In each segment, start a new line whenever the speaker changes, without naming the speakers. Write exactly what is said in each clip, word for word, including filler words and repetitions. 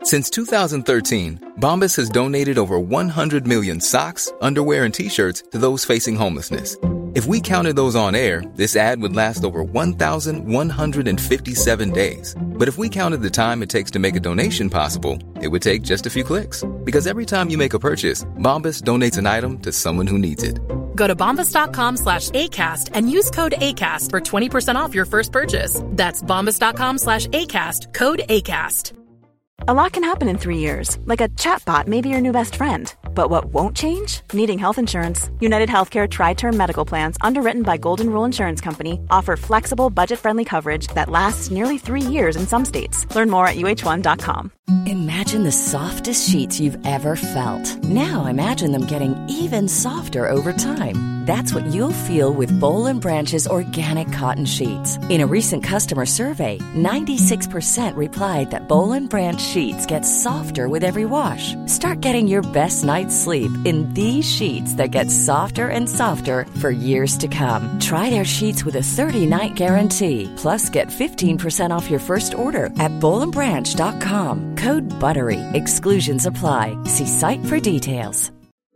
Since two thousand thirteen, Bombas has donated over one hundred million socks, underwear, and T-shirts to those facing homelessness. If we counted those on air, this ad would last over one thousand one hundred fifty-seven days. But if we counted the time it takes to make a donation possible, it would take just a few clicks. Because every time you make a purchase, Bombas donates an item to someone who needs it.
Go to bombas.com slash ACAST and use code ACAST for twenty percent off your first purchase. That's bombas.com slash ACAST, code ACAST.
A lot can happen in three years, like a chatbot may be your new best friend. But what won't change? Needing health insurance. United Healthcare Tri-Term Medical Plans, underwritten by Golden Rule Insurance Company, offer flexible, budget-friendly coverage that lasts nearly three years in some states. Learn more at U H one dot com.
Imagine the softest sheets you've ever felt. Now imagine them getting even softer over time. That's what you'll feel with Boll and Branch's organic cotton sheets. In a recent customer survey, ninety-six percent replied that Boll and Branch sheets get softer with every wash. Start getting your best night's sleep in these sheets that get softer and softer for years to come. Try their sheets with a thirty-night guarantee. Plus, get fifteen percent off your first order at boll and branch dot com. Code BUTTERY. Exclusions apply. See site for details.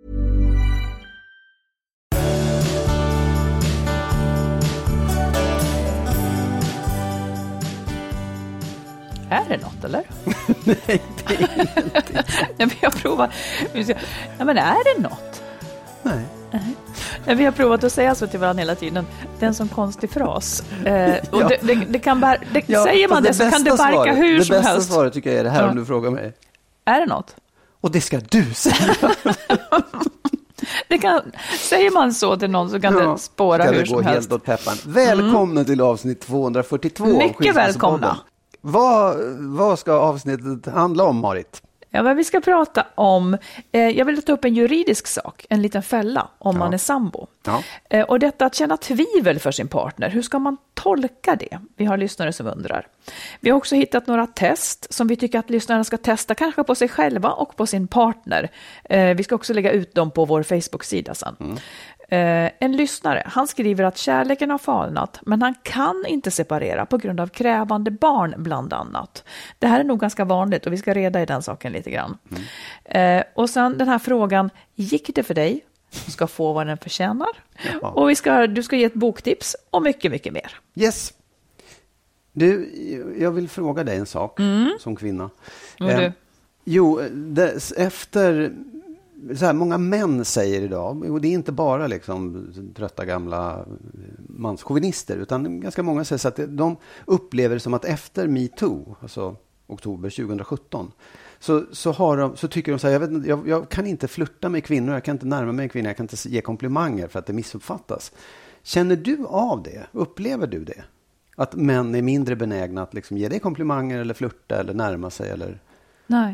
Är det något, eller?
Nej, det är inte.
Nej, men jag provar. Ja, men är det något?
Nej.
Nej. Vi har provat att säga så till varandra hela tiden. Det är en sån konstig fras. Eh, och ja. det, det, det kan bara, det, ja, säger man det, det så kan det barka svaret, hur som helst.
Det bästa svaret tycker jag är det här ja. Om du frågar mig.
Är det något?
Och det ska du säga.
Det kan, säger man så till någon så kan ja, det spåra hur det som helst.
Helt åt peppan. Välkomna mm. till avsnitt tvåhundrafyrtiotvå.
Mycket välkomna.
Vad, vad ska avsnittet handla om, Marit?
Ja, men vi ska prata om, eh, jag vill ta upp en juridisk sak, en liten fälla om ja. man är sambo. Ja. Eh, och detta att känna tvivel för sin partner, hur ska man tolka det? Vi har lyssnare som undrar. Vi har också hittat några test som vi tycker att lyssnarna ska testa, kanske på sig själva och på sin partner. Eh, vi ska också lägga ut dem på vår Facebook-sida sen. Mm. Eh, en lyssnare, han skriver att kärleken har falnat, men han kan inte separera på grund av krävande barn bland annat. Det här är nog ganska vanligt och vi ska reda i den saken lite grann. Mm. Eh, och sen den här frågan, gick det för dig? Du ska få vad den förtjänar. Ja. Och vi ska, du ska ge ett boktips och mycket, mycket mer.
Yes. Du, jag vill fråga dig en sak mm. som kvinna.
Och eh, du?
Jo, det, efter... Så här, många män säger idag, och det är inte bara liksom trötta gamla manschauvinister, utan ganska många säger så att de upplever som att efter MeToo, alltså oktober tjugohundrasjutton, så, så, har de, så tycker de så här, jag, vet, jag, jag kan inte flirta med kvinnor, jag kan inte närma mig kvinnor, jag kan inte ge komplimanger för att det missuppfattas. Känner du av det? Upplever du det? Att män är mindre benägna att liksom ge dig komplimanger eller flirta eller närma sig? Eller?
Nej.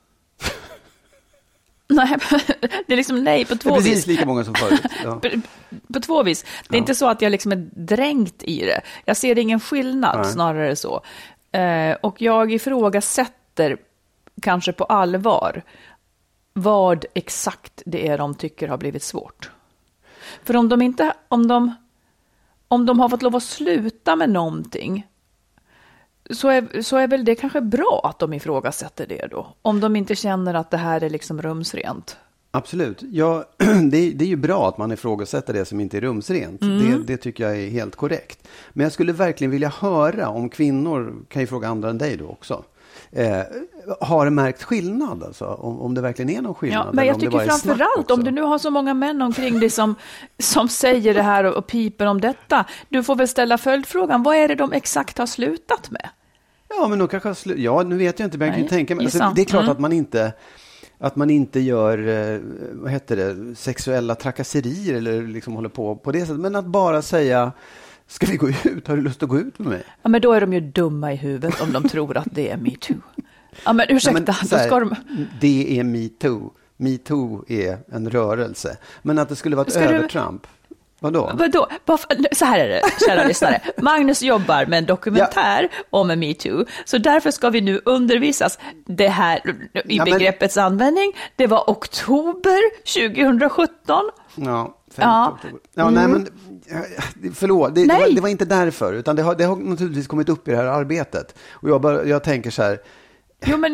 Nej, det är liksom nej på två vis.
Precis lika många som förut. Ja.
På, på två vis. Det är ja. inte så att jag liksom är dränkt i det. Jag ser ingen skillnad, nej. Snarare så. Eh, och jag ifrågasätter kanske på allvar vad exakt det är de tycker har blivit svårt. För om de inte, om de, om de har fått lov att sluta med någonting, Så är, så är väl det kanske bra att de ifrågasätter det då. Om de inte känner att det här är liksom rumsrent.
Absolut. Ja, det, det är ju bra att man ifrågasätter det som inte är rumsrent. Mm. Det, det tycker jag är helt korrekt. Men jag skulle verkligen vilja höra om kvinnor, kan ju fråga andra än dig då också, eh, har märkt skillnad alltså? Om, om det verkligen är någon skillnad.
Ja, men jag tycker framförallt om du nu har så många män omkring dig som, som säger det här och, och piper om detta. Du får väl ställa följdfrågan. Vad är det de exakt har slutat med?
Ja, men de kanske har slu- Ja, nu vet jag inte, men jag kan tänka mig. Alltså, det är klart mm. att man inte... Att man inte gör, vad heter det, sexuella trakasserier eller liksom håller på på det sättet. Men att bara säga, ska vi gå ut? Har du lust att gå ut med mig?
Ja, men då är de ju dumma i huvudet om de tror att det är MeToo. Ja, men ursäkta, ja, men,
så här,
då ska de...
Det är MeToo. MeToo är en rörelse. Men att det skulle vara ett
ska
övertramp. Du... Vadå?
Vadå? Så här är det, kära lyssnare. Magnus jobbar med en dokumentär ja. om en MeToo. Så därför ska vi nu undervisas det här i ja, begreppets men... användning. Det var oktober tjugosjutton.
Ja, femte oktober. Ja, mm. nej men förlåt, det, nej. Det, var, det var inte därför. Utan det har, det har naturligtvis kommit upp i det här arbetet. Och jag, bara, jag tänker så här...
Jo, men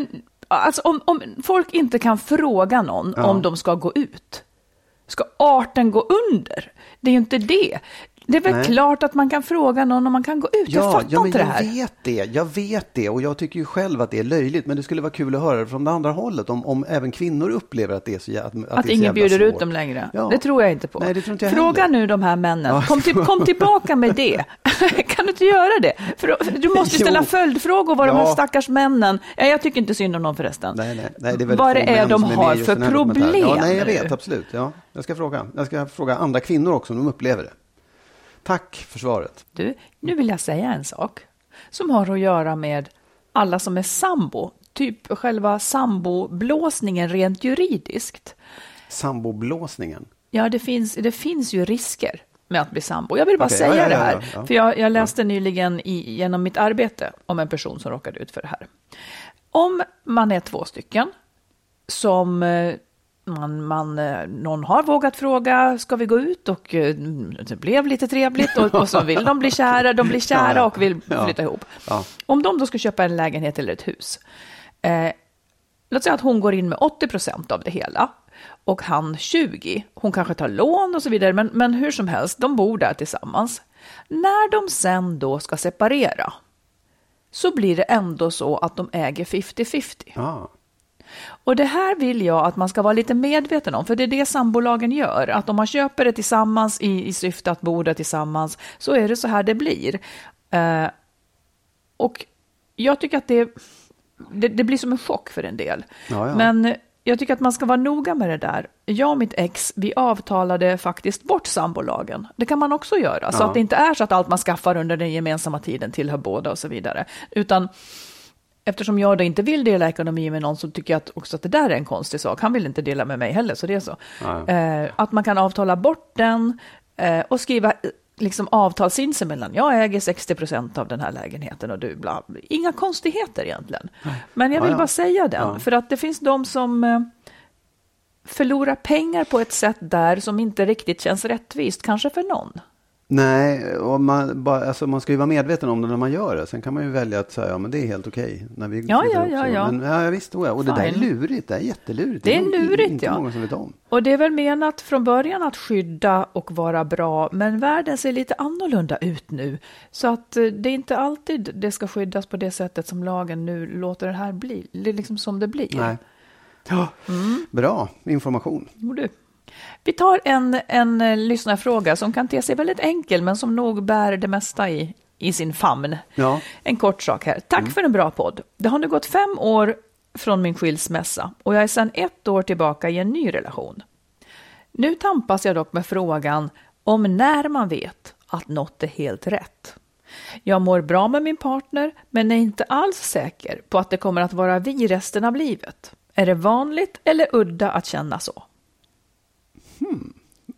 Alltså om, om folk inte kan fråga någon ja. om de ska gå ut. Ska arten gå under? Det är ju inte det. Det är väl Nej. klart att man kan fråga någon om man kan gå ut.
Ja,
jag fattar
ja, men
inte
jag
det här.
Jag vet det, jag vet det. Och jag tycker ju själv att det är löjligt. Men det skulle vara kul att höra det från det andra hållet. Om, om även kvinnor upplever att det är så jävla Att,
att
det är
ingen bjuder
svårt.
ut dem längre.
Ja.
Det tror jag inte på.
Nej, det tror inte jag
Fråga
heller.
nu de här männen.
Ja.
Kom, till, kom tillbaka med det. Kan du inte göra det? För, för du måste ställa
Jo.
följdfrågor vad
Ja.
de här stackars männen... Ja, jag tycker inte synd om dem förresten.
Nej, nej, nej, det är
vad det är de har för problem.
Ja, nej, jag vet, absolut. Ja, jag ska fråga. Jag ska fråga andra kvinnor också om de upplever det. Tack för svaret.
Du, nu vill jag säga en sak som har att göra med alla som är sambo. Typ själva samboblåsningen rent juridiskt.
Samboblåsningen?
Ja, det finns, det finns ju risker med att bli sambo. Jag vill bara okay, säga ja, ja, ja, det här. Ja, ja. För jag, jag läste ja. nyligen i, genom mitt arbete om en person som råkade ut för det här. Om man är två stycken som... Man, man, någon har vågat fråga, ska vi gå ut? Och det blev lite trevligt. Och, och så vill de bli kära, de blir kära ja, och vill flytta ja. ihop. Ja. Om de då ska köpa en lägenhet eller ett hus. Eh, låt säga att hon går in med åttio procent av det hela. Och han tjugo. Hon kanske tar lån och så vidare. Men, men hur som helst, de bor där tillsammans. När de sen då ska separera. Så blir det ändå så att de äger femtio femtio. Ja. Och det här vill jag att man ska vara lite medveten om. För det är det sambolagen gör. Att om man köper det tillsammans i, i syfte att bo där tillsammans. Så är det så här det blir. Eh, och jag tycker att det, det, det blir som en chock för en del. Ja, ja. Men jag tycker att man ska vara noga med det där. Jag och mitt ex, vi avtalade faktiskt bort sambolagen. Det kan man också göra. Ja. Så att det inte är så att allt man skaffar under den gemensamma tiden tillhör båda och så vidare. Utan... Eftersom jag då inte vill dela ekonomi med någon så tycker jag att också att det där är en konstig sak. Han vill inte dela med mig heller, så det är så. Eh, att man kan avtala bort den eh, och skriva liksom avtal sinsemellan. Jag äger sextio procent av den här lägenheten och du bla. Inga konstigheter egentligen. Men jag vill ja, ja. bara säga den. Ja. För att det finns de som eh, förlorar pengar på ett sätt där som inte riktigt känns rättvist. Kanske för någon.
Nej, och man, bara, alltså man ska ju vara medveten om det när man gör det. Sen kan man ju välja att säga, ja men det är helt okej. När vi
ja, ja, ja, ja.
Men, ja, visst då. Och Fine. Det där är lurigt, det är jättelurigt.
Det är lurigt,
inte
ja.
Många som vet om.
Och det är väl menat från början att skydda och vara bra. Men världen ser lite annorlunda ut nu. Så att det är inte alltid det ska skyddas på det sättet som lagen nu låter det här bli. Det är liksom som det blir.
Nej. Ja, mm. Bra information.
Jo, du. Vi tar en, en lyssnarfråga som kan te sig väldigt enkel men som nog bär det mesta i, i sin famn. Ja. En kort sak här. Tack mm. för en bra podd. Det har nu gått fem år från min skilsmässa och jag är sedan ett år tillbaka i en ny relation. Nu tampas jag dock med frågan om när man vet att något är helt rätt. Jag mår bra med min partner men är inte alls säker på att det kommer att vara vi resten av livet. Är det vanligt eller udda att känna så?
Hmm.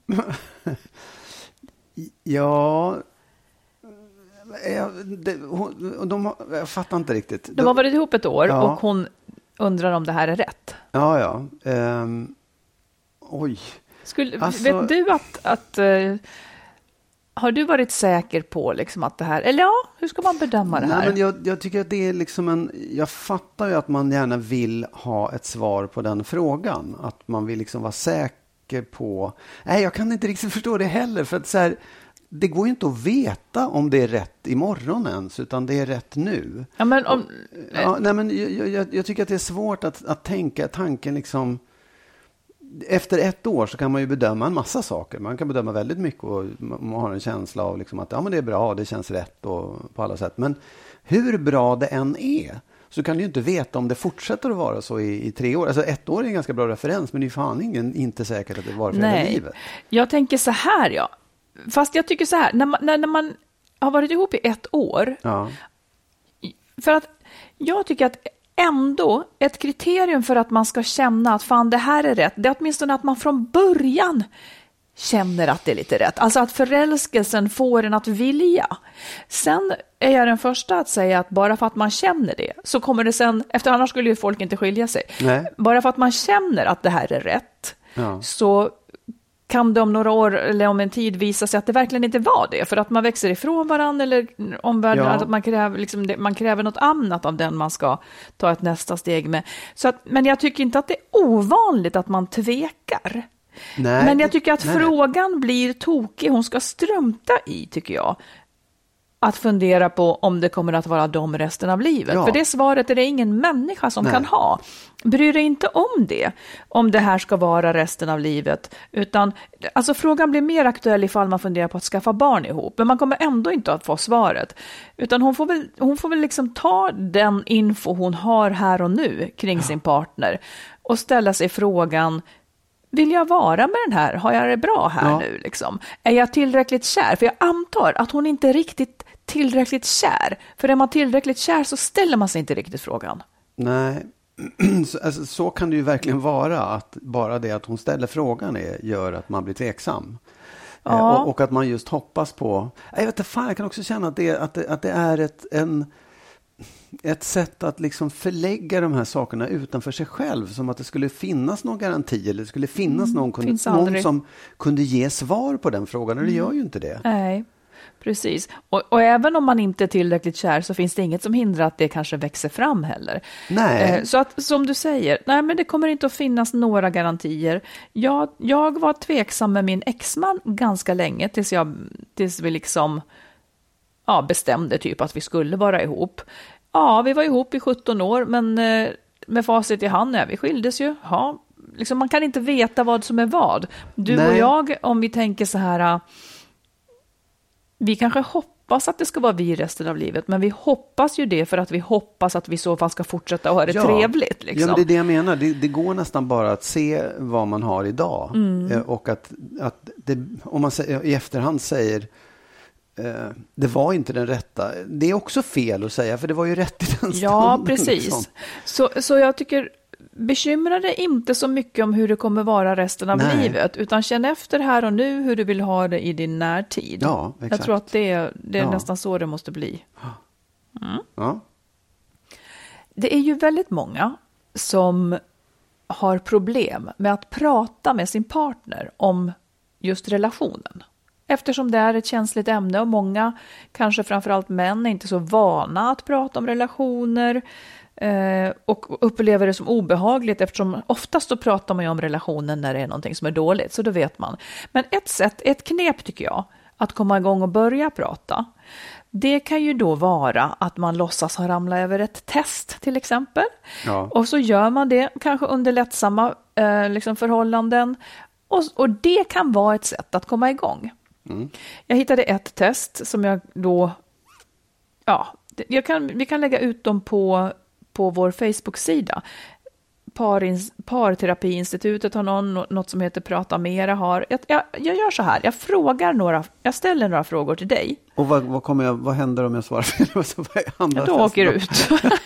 ja, jag, det, hon, de, jag fattar inte riktigt.
De har varit ihop ett år ja. och hon undrar om det här är rätt.
Ja, ja. Um, oj.
Skulle, alltså, vet du att, att uh, har du varit säker på liksom att det här, eller ja, hur ska man bedöma det här?
Nej, men jag, jag tycker att det är liksom en, jag fattar ju att man gärna vill ha ett svar på den frågan. Att man vill liksom vara säker på, nej jag kan inte riktigt förstå det heller för att så här, det går ju inte att veta om det är rätt imorgon ens utan det är rätt nu.
Ja, men om,
ja, nej, men jag, jag, jag tycker att det är svårt att, att tänka tanken liksom efter ett år så kan man ju bedöma en massa saker. Man kan bedöma väldigt mycket och man har en känsla av liksom att ja, men det är bra, det känns rätt och på alla sätt. Men hur bra det än är så kan du ju inte veta om det fortsätter att vara så i, i tre år. Alltså ett år är en ganska bra referens men det är fan ingen, inte säkert att det var för hela livet.
Jag tänker så här, ja. Fast jag tycker så här, när man, när, när man har varit ihop i ett år. Ja. För att jag tycker att ändå ett kriterium för att man ska känna att fan det här är rätt. Det är åtminstone att man från början känner att det är lite rätt. Alltså att förälskelsen får en att vilja. Sen är jag den första att säga att bara för att man känner det så kommer det sen, efter annars skulle ju folk inte skilja sig. Nej. Bara för att man känner att det här är rätt ja. så kan det om några år eller om en tid visa sig att det verkligen inte var det, för att man växer ifrån varandra eller omvärlden, ja. att man kräver, liksom, man kräver något annat av den man ska ta ett nästa steg med. Så att, men jag tycker inte att det är ovanligt att man tvekar. Nej, men jag tycker att nej. frågan blir tokig. Hon ska strunta i, tycker jag, att fundera på om det kommer att vara de resten av livet. Ja. För det svaret är det ingen människa som nej. kan ha. Bryr dig inte om det, om det här ska vara resten av livet. Utan, alltså frågan blir mer aktuell ifall man funderar på att skaffa barn ihop. Men man kommer ändå inte att få svaret. Utan hon får väl, hon får väl liksom ta den info hon har här och nu kring ja. sin partner och ställa sig frågan: vill jag vara med den här? Har jag det bra här ja. nu? Liksom? Är jag tillräckligt kär? För jag antar att hon inte är riktigt tillräckligt kär. För är man tillräckligt kär så ställer man sig inte riktigt frågan.
Nej, så, alltså, så kan det ju verkligen vara. Att bara det att hon ställer frågan är, gör att man blir tveksam. Ja. Eh, och, och att man just hoppas på... Jag vet inte, fan, jag kan också känna att det, att det, att det är ett... En, ett sätt att liksom förlägga de här sakerna utanför sig själv, som att det skulle finnas någon garanti eller det skulle finnas mm, någon, kunde, någon som kunde ge svar på den frågan, och det mm. gör ju inte det.
Nej, precis. Och, och även om man inte är tillräckligt kär så finns det inget som hindrar att det kanske växer fram heller. Nej. Eh, så att, som du säger, nej men det kommer inte att finnas några garantier. Jag, jag var tveksam med min exman ganska länge tills, jag, tills vi liksom ja, bestämde typ att vi skulle vara ihop. Ja, vi var ihop i sjutton år, men eh, med facit i hand, ja, vi skildes ju. Ja, liksom man kan inte veta vad som är vad. Du Nej. och jag, om vi tänker så här, vi kanske hoppas att det ska vara vi resten av livet, men vi hoppas ju det för att vi hoppas att vi i så fall ska fortsätta och ha det ja. trevligt. Liksom.
Ja, men det är det jag menar. Det, det går nästan bara att se vad man har idag. Mm. Eh, och att, att det, om man säger, i efterhand säger... Uh, det var inte den rätta. Det är också fel att säga, för det var ju rätt i den stunden.
Ja, precis. Liksom. Så, så jag tycker, bekymra dig inte så mycket om hur det kommer vara resten av Nej. livet, utan känn efter här och nu hur du vill ha det i din närtid.
Ja, exakt.
Jag tror att det, det är ja. nästan så det måste bli. Mm.
Ja.
Det är ju väldigt många som har problem med att prata med sin partner om just relationen. Eftersom det är ett känsligt ämne och många, kanske framförallt män, är inte så vana att prata om relationer eh, och upplever det som obehagligt, eftersom oftast så pratar man ju om relationen när det är någonting som är dåligt, så då vet man. Men ett sätt, ett knep tycker jag, att komma igång och börja prata, det kan ju då vara att man låtsas ha ramlat över ett test till exempel. Ja. Och så gör man det kanske under lättsamma eh, liksom förhållanden, och, och det kan vara ett sätt att komma igång. Mm. Jag hittade ett test som jag då, ja, jag kan, vi kan lägga ut dem på, på vår Facebook-sida. Parins, Parterapiinstitutet har någon, något som heter Prata Mera har. Jag, jag, jag gör så här, jag frågar några, jag ställer några frågor till dig.
Och vad, vad, kommer jag, vad händer om jag svarar fel?
Ja, då åker du ut.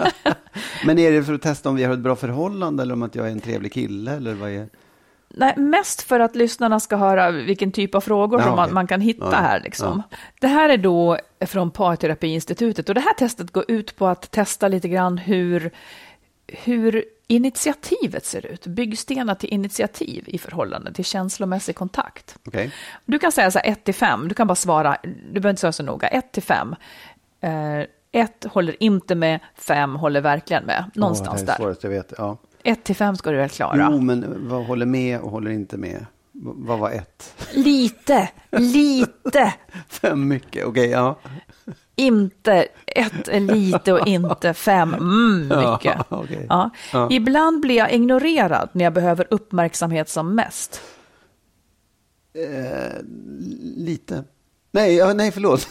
Men är det för att testa om vi har ett bra förhållande eller om att jag är en trevlig kille eller vad är...
Nej, mest för att lyssnarna ska höra vilken typ av frågor ja, som man, okay. man kan hitta ja, här. Liksom. Ja. Det här är då från Parterapiinstitutet, och det här testet går ut på att testa lite grann hur, hur initiativet ser ut. Byggstenar till initiativ i förhållande till känslomässig kontakt.
Okay.
Du kan säga så här ett till fem, du kan bara svara, du behöver inte säga så noga, ett till fem. Eh, ett håller inte med, fem håller verkligen med. Någonstans oh, det är svårt,
jag vet, ja.
Ett till fem ska du väl klara.
Jo, men vad håller med och håller inte med? V- vad var ett?
Lite, lite.
Fem mycket, okej, okay, ja.
Inte, ett är lite och inte fem, mm, mycket.
Ja, okay.
ja. Ja. Ibland blir jag ignorerad när jag behöver uppmärksamhet som mest.
Eh, lite. Nej, ja, nej förlåt.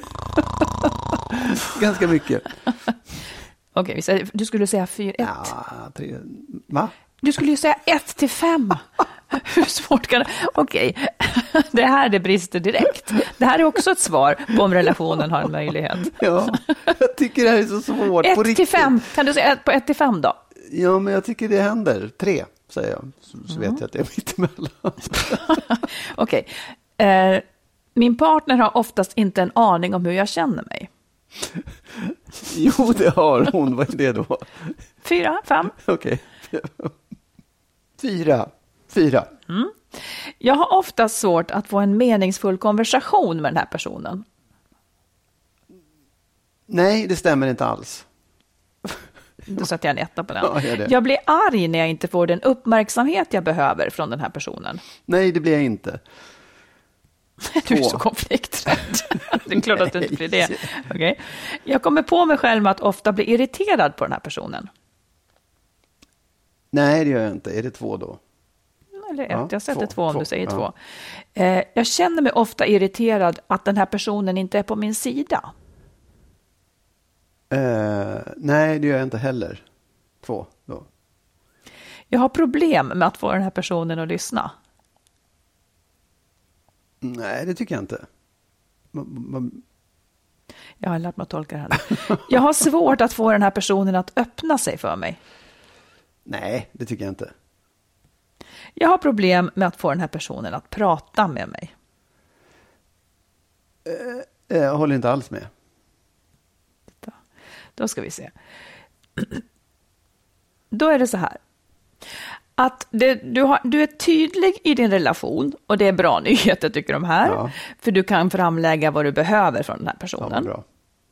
Ganska mycket.
Okej, okay, du skulle säga fyra, ett.
Ja, tre, va?
Du skulle ju säga ett till fem. Hur svårt kan det? Okej, okay. Det här det brister direkt. Det här är också ett svar på om relationen har en möjlighet.
Ja, jag tycker det här är så svårt.
Ett till fem, kan du säga på ett till fem då?
Ja, men jag tycker det händer. Tre, säger jag. Så, så vet jag att det är mitt emellan.
Okej. Okay. Eh, min partner har oftast inte en aning om hur jag känner mig.
Jo, det har hon. Vad är det då?
Fyra, fem.
Okej. Okay. Fyra. Fyra.
Mm. Jag har ofta svårt att få en meningsfull konversation med den här personen.
Nej, det stämmer inte alls.
Då sätter jag en etta på den.
Ja, gör det.
Jag blir arg när jag inte får den uppmärksamhet jag behöver från den här personen.
Nej, det blir jag inte.
Du är så konflikträdd. Det är klart att du inte blir det. Okay. Jag kommer på mig själv med att ofta bli irriterad på den här personen.
Nej, det gör jag inte. Är det två då?
Eller ett.
Ja,
jag sätter två,
två
om
två,
du säger
ja.
två. Eh, jag känner mig ofta irriterad att den här personen inte är på min sida.
Uh, nej, det gör jag inte heller. Två då.
Jag har problem med att få den här personen att lyssna.
Nej, det tycker jag inte.
Jag har lärt mig att tolka det här. Jag har svårt att få den här personen att öppna sig för mig.
Nej, det tycker jag inte.
Jag har problem med att få den här personen att prata med mig.
Uh, jag håller inte alls med.
Då ska vi se. Då är det så här. Att det, du, har, du är tydlig i din relation, och det är bra nyheter tycker de här. Ja. För du kan framlägga vad du behöver från den här personen.
Ja, bra.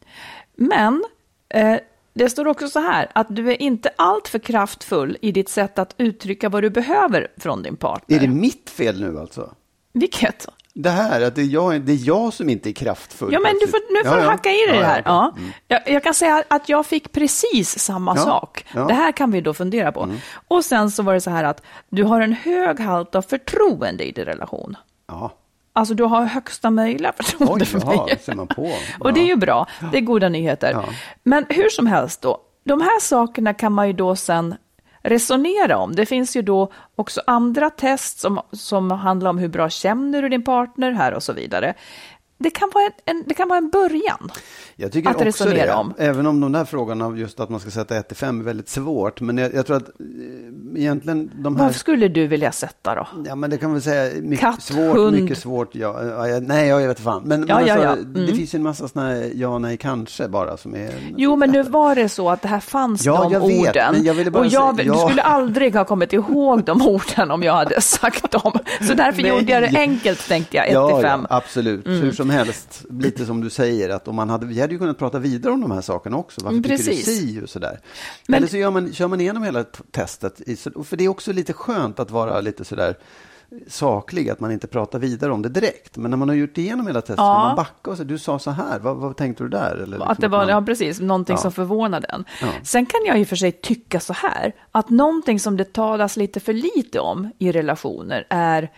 Men eh, det står också så här, att du är inte allt för kraftfull i ditt sätt att uttrycka vad du behöver från din partner.
Är det mitt fel nu alltså?
Vilket?
Det här, att det är jag, det är jag som inte är kraftfull.
Ja, men du får, nu får
ja,
du hacka i det
ja,
här. Ja.
Mm.
Jag, jag kan säga att jag fick precis samma
ja,
sak.
Ja.
Det här kan vi då fundera på. Mm. Och sen så var det så här att du har en hög halt av förtroende i din relation.
Ja.
Alltså du har högsta möjliga förtroende
Oj,
för
ja,
mig.
ser man på. Ja.
Och det är ju bra. Det är goda nyheter. Ja. Men hur som helst då. De här sakerna kan man ju då sen resonera om. Det finns ju då också andra test som, som handlar om hur bra känner du din partner här och så vidare. Det kan vara en, en, det kan vara en början.
Jag tycker
att
också
resonera
det,
om.
Även om de där frågorna just att man ska sätta ett till fem är väldigt svårt. Men jag, jag tror att äh, egentligen de här...
Vad skulle du vilja sätta då?
Ja, men det kan vi säga mycket
Katt,
svårt,
hund.
mycket svårt. Ja, ja, ja, nej, jag vet fan. Men,
ja,
men
ja,
alltså,
ja. Mm.
det finns ju en massa såna här ja, nej, kanske bara som är...
Jo, men nu var det så att det här fanns
ja,
de
jag vet,
orden.
Men jag ville bara
och jag,
säga, ja.
Du skulle aldrig ha kommit ihåg de orden om jag hade sagt dem. Så därför
nej.
gjorde jag det enkelt, tänkte jag, ett till fem.
Ja, absolut. Mm. Hur som helst, lite som du säger, att om man hade, vi hade ju kunnat prata vidare om de här sakerna också. Varför
Precis.
tycker du si och sådär?
Men,
Eller så gör man, kör man igenom hela t- testet. I, för det är också lite skönt att vara lite sådär saklig, att man inte pratar vidare om det direkt. Men när man har gjort igenom hela testet, ja. Kan man backa och säga, du sa så här, vad, vad tänkte du där? Eller liksom
att det var,
att man,
ja, precis, någonting
ja.
som förvånade en.
Ja.
Sen kan jag i och för sig tycka så här, att någonting som det talas lite för lite om i relationer är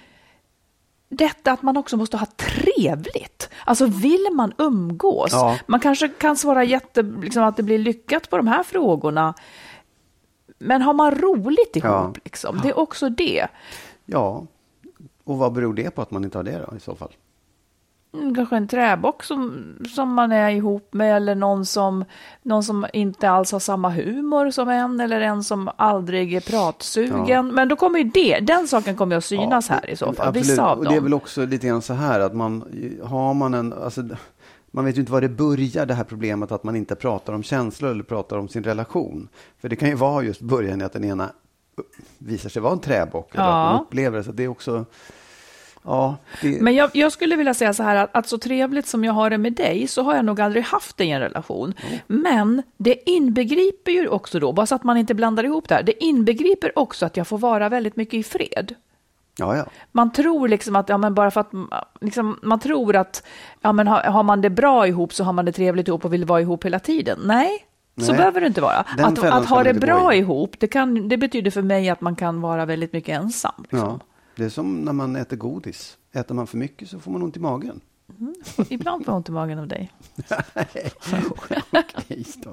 detta att man också måste ha trevligt. Alltså vill man umgås?
Ja.
Man kanske kan svara jätte, liksom, att det blir lyckat på de här frågorna. Men har man roligt ihop?
Ja.
Liksom? Det är också det.
Ja, och vad beror det på att man inte har det då i så fall?
Mm, kanske en träbock som, som man är ihop med, eller någon som, någon som inte alls har samma humor som en, eller en som aldrig är pratsugen. Ja. Men då kommer ju det, den saken kommer att synas ja, här i så fall.
Absolut.
Vissa av
och
dem.
Det är väl också lite grann så här att man har man en, alltså, man vet ju inte var det börjar, det här problemet att man inte pratar om känslor eller pratar om sin relation. För det kan ju vara just början i att den ena visar sig vara en träbock, eller
ja.
att man upplever det, så det är också... Ja, det...
Men jag, jag skulle vilja säga så här att, att så trevligt som jag har det med dig så har jag nog aldrig haft det i en relation. Mm. Men det inbegriper ju också då, bara så att man inte blandar ihop det här, det inbegriper också att jag får vara väldigt mycket i fred.
Ja, ja.
Man tror liksom att, ja men bara för att, liksom, man tror att ja men har, har man det bra ihop så har man det trevligt ihop och vill vara ihop hela tiden. Nej. Så Nej, behöver det inte vara. Att, att ha det bra ihop, det, kan, det betyder för mig att man kan vara väldigt mycket ensam. Liksom.
Ja. Det är som när man äter godis. Äter man för mycket så får man ont i magen.
Mm. Ibland får jag ont i magen av dig.
Nej, okej då.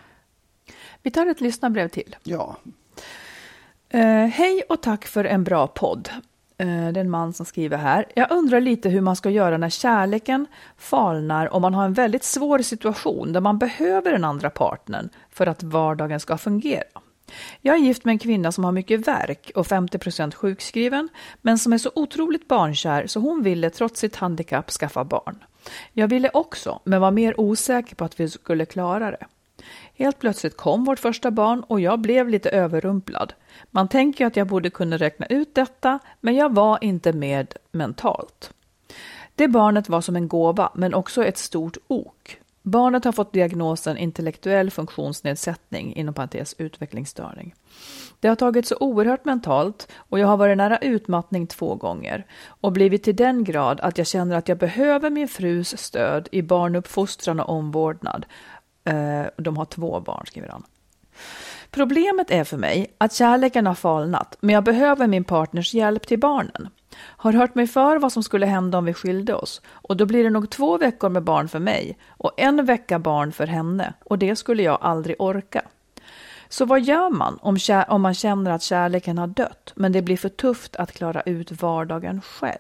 Vi tar ett lyssnarbrev till.
Ja.
Uh, hej och tack för en bra podd. Uh, det är en man som skriver här. Jag undrar lite hur man ska göra när kärleken falnar och man har en väldigt svår situation där man behöver den andra partnern för att vardagen ska fungera. Jag är gift med en kvinna som har mycket värk och femtio procent sjukskriven, men som är så otroligt barnkär så hon ville trots sitt handikapp skaffa barn. Jag ville också, men var mer osäker på att vi skulle klara det. Helt plötsligt kom vårt första barn och jag blev lite överrumplad. Man tänker att jag borde kunna räkna ut detta, men jag var inte med mentalt. Det barnet var som en gåva, men också ett stort ok. Barnet har fått diagnosen intellektuell funktionsnedsättning, inom parentes utvecklingsstörning. Det har tagit så oerhört mentalt och jag har varit nära utmattning två gånger och blivit till den grad att jag känner att jag behöver min frus stöd i barnuppfostran och omvårdnad. De har två barn, skriver han. Problemet är för mig att kärleken har falnat, men jag behöver min partners hjälp till barnen. Har hört mig för vad som skulle hända om vi skilde oss, och då blir det nog två veckor med barn för mig och en vecka barn för henne, och det skulle jag aldrig orka. Så vad gör man om, kär- om man känner att kärleken har dött, men det blir för tufft att klara ut vardagen själv?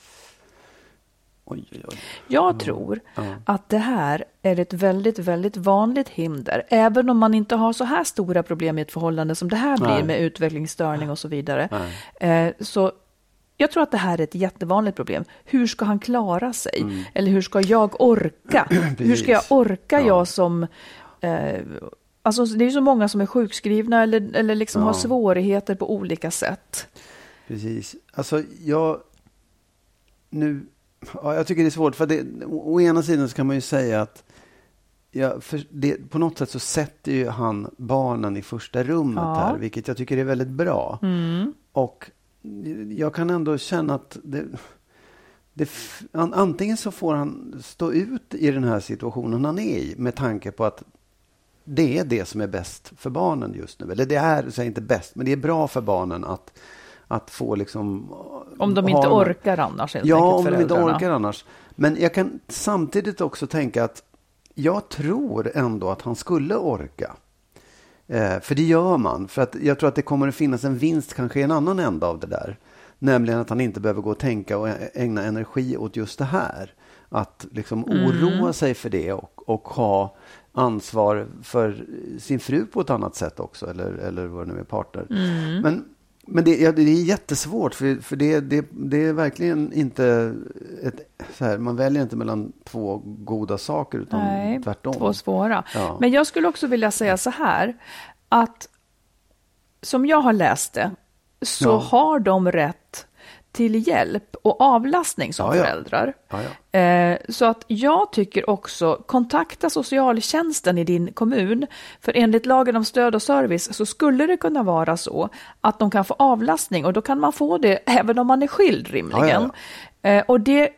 Oj, oj, oj.
Jag
mm.
tror
mm.
att det här är ett väldigt, väldigt vanligt hinder. Även om man inte har så här stora problem i ett förhållande som det här blir, Nej. med utvecklingsstörning och så vidare. Eh, så jag tror att det här är ett jättevanligt problem. Hur ska han klara sig? Mm. Eller hur ska jag orka? Hur ska jag orka, ja. jag som... Eh, alltså det är så många som är sjukskrivna eller, eller liksom ja. har svårigheter på olika sätt.
Precis. Alltså jag... Nu... Ja, jag tycker det är svårt, för det, å ena sidan så kan man ju säga att ja, för det, på något sätt så sätter ju han barnen i första rummet ja. här, vilket jag tycker är väldigt bra. Mm. Och jag kan ändå känna att det, det, antingen så får han stå ut i den här situationen han är i med tanke på att det är det som är bäst för barnen just nu. Eller det är så inte bäst, men det är bra för barnen att Att få liksom...
Om de inte ha, orkar annars. Helt
ja, om de inte orkar annars. Men jag kan samtidigt också tänka att jag tror ändå att han skulle orka. Eh, för det gör man. För att jag tror att det kommer att finnas en vinst kanske i en annan ända av det där. Nämligen att han inte behöver gå och tänka och ägna energi åt just det här. Att liksom oroa mm. sig för det och, och ha ansvar för sin fru på ett annat sätt också. Eller, eller vad det nu är, partner. Mm. Men... Men det, ja, det är jättesvårt, för, för det, det, det är verkligen inte ett, så här, man väljer inte mellan två goda saker, utan
Nej,
tvärtom.
Två svåra.
Ja.
Men jag skulle också vilja säga så här, att som jag har läst det så ja. har de rätt till hjälp och avlastning som ja, ja. föräldrar.
Ja, ja.
Eh, så att jag tycker också, kontakta socialtjänsten i din kommun, för enligt lagen om stöd och service så skulle det kunna vara så att de kan få avlastning, och då kan man få det även om man är skild rimligen. Ja, ja. Eh, och det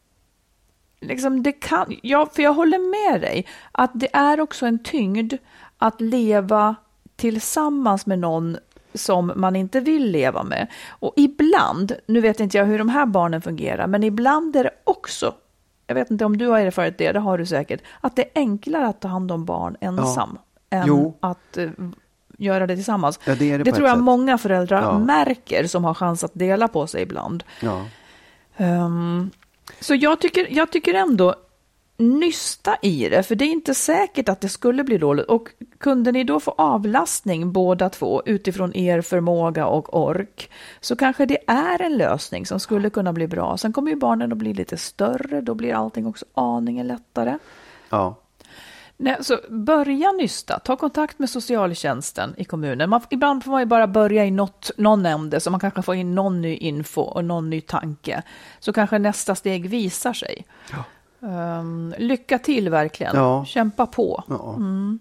liksom det kan, ja, för jag håller med dig att det är också en tyngd att leva tillsammans med någon som man inte vill leva med. Och ibland, nu vet inte jag hur de här barnen fungerar, men ibland är det också, jag vet inte om du har erfarit det, det har du säkert, att det är enklare att ta hand om barn ensam ja. än jo. att uh, göra det tillsammans.
Ja, det är det
det tror jag
sätt.
många föräldrar
ja.
märker som har chans att dela på sig ibland.
Ja.
Um, så jag tycker, jag tycker ändå nysta i det, för det är inte säkert att det skulle bli dåligt. Och kunde ni då få avlastning båda två utifrån er förmåga och ork, så kanske det är en lösning som skulle kunna bli bra. Sen kommer ju barnen att bli lite större, då blir allting också aningen lättare.
Ja.
Nej, så börja nysta, ta kontakt med socialtjänsten i kommunen. Man, ibland får man ju bara börja i något, någon ände, så man kanske får in någon ny info och någon ny tanke. Så kanske nästa steg visar sig.
Ja.
Um, lycka till verkligen.
Ja.
Kämpa på.
Ja.
Mm.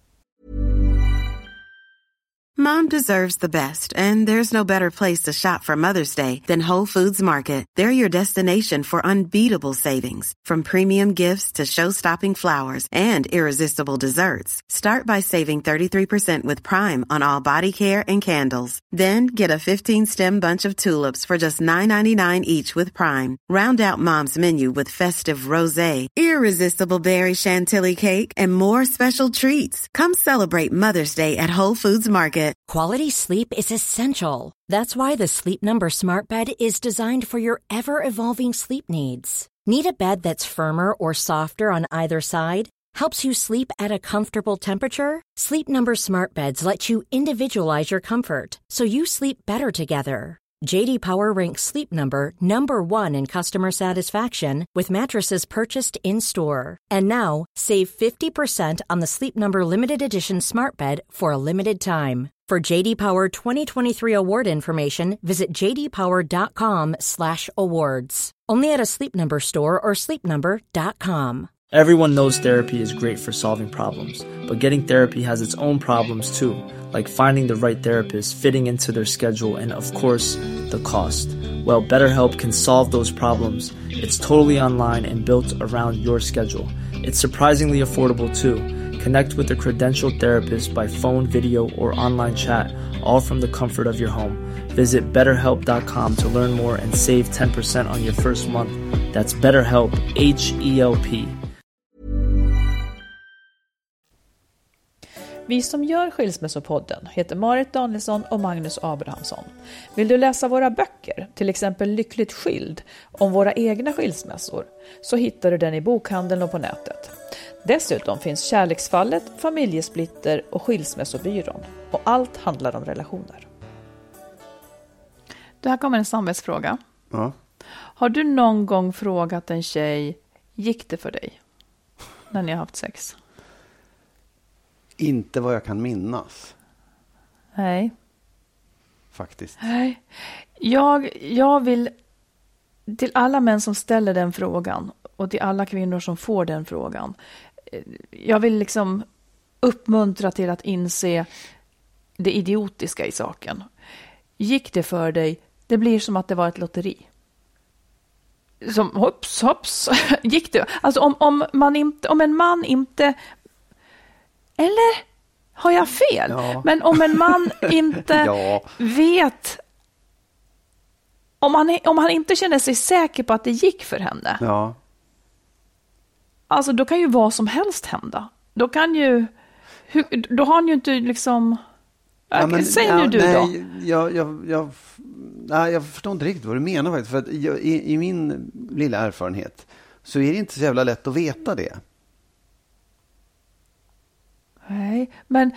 Mom deserves the best, and there's no better place to shop for Mother's Day than Whole Foods Market. They're your destination for unbeatable savings, from premium gifts to show-stopping flowers and irresistible desserts. Start by saving thirty-three percent with Prime on all body care and candles. Then get a fifteen-stem bunch of tulips for just nine ninety-nine each with Prime. Round out Mom's menu with festive rosé, irresistible berry chantilly cake, and more special treats. Come celebrate Mother's Day at Whole Foods Market.
Quality sleep is essential. That's why the Sleep Number Smart Bed is designed for your ever-evolving sleep needs. Need a bed that's firmer or softer on either side? Helps you sleep at a comfortable temperature? Sleep Number Smart Beds let you individualize your comfort, so you sleep better together. J D Power ranks Sleep Number number one in customer satisfaction with mattresses purchased in-store. And now, save fifty percent on the Sleep Number Limited Edition Smart Bed for a limited time. For J D Power twenty twenty-three award information, visit j d power dot com slash awards. Only at a Sleep Number store or sleep number dot com.
Everyone knows therapy is great for solving problems, but getting therapy has its own problems too, like finding the right therapist, fitting into their schedule, and of course, the cost. Well, BetterHelp can solve those problems. It's totally online and built around your schedule. It's surprisingly affordable too. Connect with a credentialed therapist by phone, video, or online chat, all from the comfort of your home. Visit better help dot com to learn more and save ten percent on your first month. That's BetterHelp, H E L P.
Vi som gör Skilsmässopodden heter Marit Danielsson och Magnus Abrahamsson. Vill du läsa våra böcker, till exempel Lyckligt skild, om våra egna skilsmässor, så hittar du den i bokhandeln och på nätet. Dessutom finns Kärleksfallet, Familjesplitter och Skilsmässobyrån. Och allt handlar om relationer. Det här kommer en samvetsfråga.
Ja.
Har du någon gång frågat en tjej, gick det för dig när ni har haft sex?
Inte vad jag kan minnas.
Nej.
Faktiskt.
Nej. Jag, jag vill till alla män som ställer den frågan och till alla kvinnor som får den frågan. Jag vill liksom uppmuntra till att inse det idiotiska i saken. Gick det för dig? Det blir som att det var ett lotteri. Som hopps, hopps. Gick det? Alltså om, om, man inte, om en man inte... Eller har jag fel?
Ja.
Men om en man inte
ja.
vet... Om han, om han inte känner sig säker på att det gick för henne.
Ja.
Alltså då kan ju vad som helst hända. Då kan ju... Då har han ju inte liksom...
Ja, men,
säg
ja,
nu du
nej,
då.
Jag, jag, jag, nej, jag förstår inte riktigt vad du menar faktiskt. För att jag, i, i min lilla erfarenhet så är det inte så jävla lätt att veta det.
Nej, men...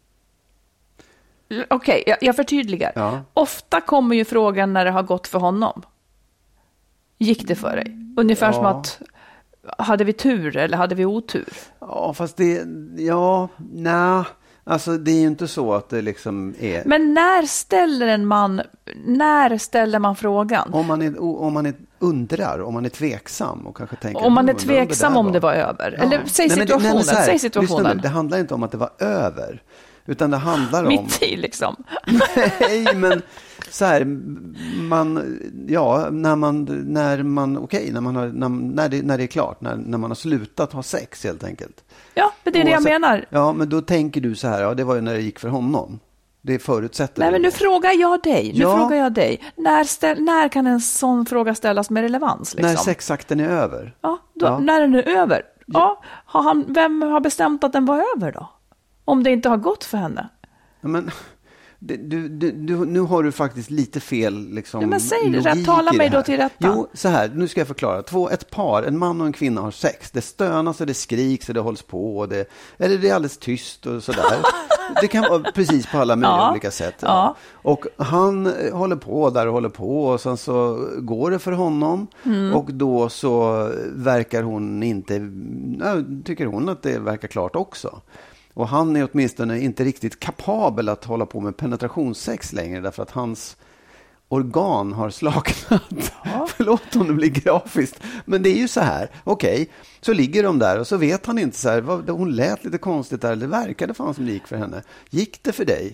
Okej, okay, jag, jag förtydligar.
Ja.
Ofta kommer ju frågan när det har gått för honom. Gick det för dig? Ungefär
ja.
som att... Hade vi tur eller hade vi otur?
Ja, fast det... Ja, nej... Alltså det är ju inte så att det liksom är...
Men när ställer en man, när ställer man frågan?
Om man, är, om man är undrar, om man är tveksam och kanske tänker...
Om man är tveksam om det var över. Ja. Eller säg nej, situationen, nej, här, säg situationen.
Nu, det handlar inte om att det var över. Utan det handlar om...
Mitt i liksom.
Nej, men så här, man, ja, när man, när man, okej, okay, när man har, när, när, det, när det är klart, när, när man har slutat ha sex helt enkelt.
Ja, det är det jag menar.
Ja, men då tänker du så här, ja, det var ju när det gick för honom. Det förutsätter.
Nej, men nu frågar jag dig. Nu
ja.
frågar jag dig. När, ställ, när kan en sån fråga ställas med relevans? Liksom?
När sexakten är över.
Ja, då,
ja.
när den är över. Ja, ja har han, vem har bestämt att den var över då? Om det inte har gått för henne.
Ja, men... Du, du, du, nu har du faktiskt lite fel liksom,
ja, men säg det, rätt, tala mig då till rätta.
Jo, så här, nu ska jag förklara. Två, ett par, en man och en kvinna har sex. Det stönas och det skriks och det hålls på. Och det, eller det är alldeles tyst och sådär. Det kan vara precis på alla möjliga ja, olika sätt. Ja. Ja. Och han håller på där och håller på och sen så går det för honom. Mm. Och då så verkar hon inte, tycker hon att det verkar klart också. Och han är åtminstone inte riktigt kapabel att hålla på med penetrationssex längre därför att hans organ har slaknat. Ja. Förlåt om det blir grafiskt. Men det är ju så här, okej, okay, så ligger de där och så vet han inte så här, vad, hon lät lite konstigt där, det verkade fan som det gick för henne. Gick det för dig?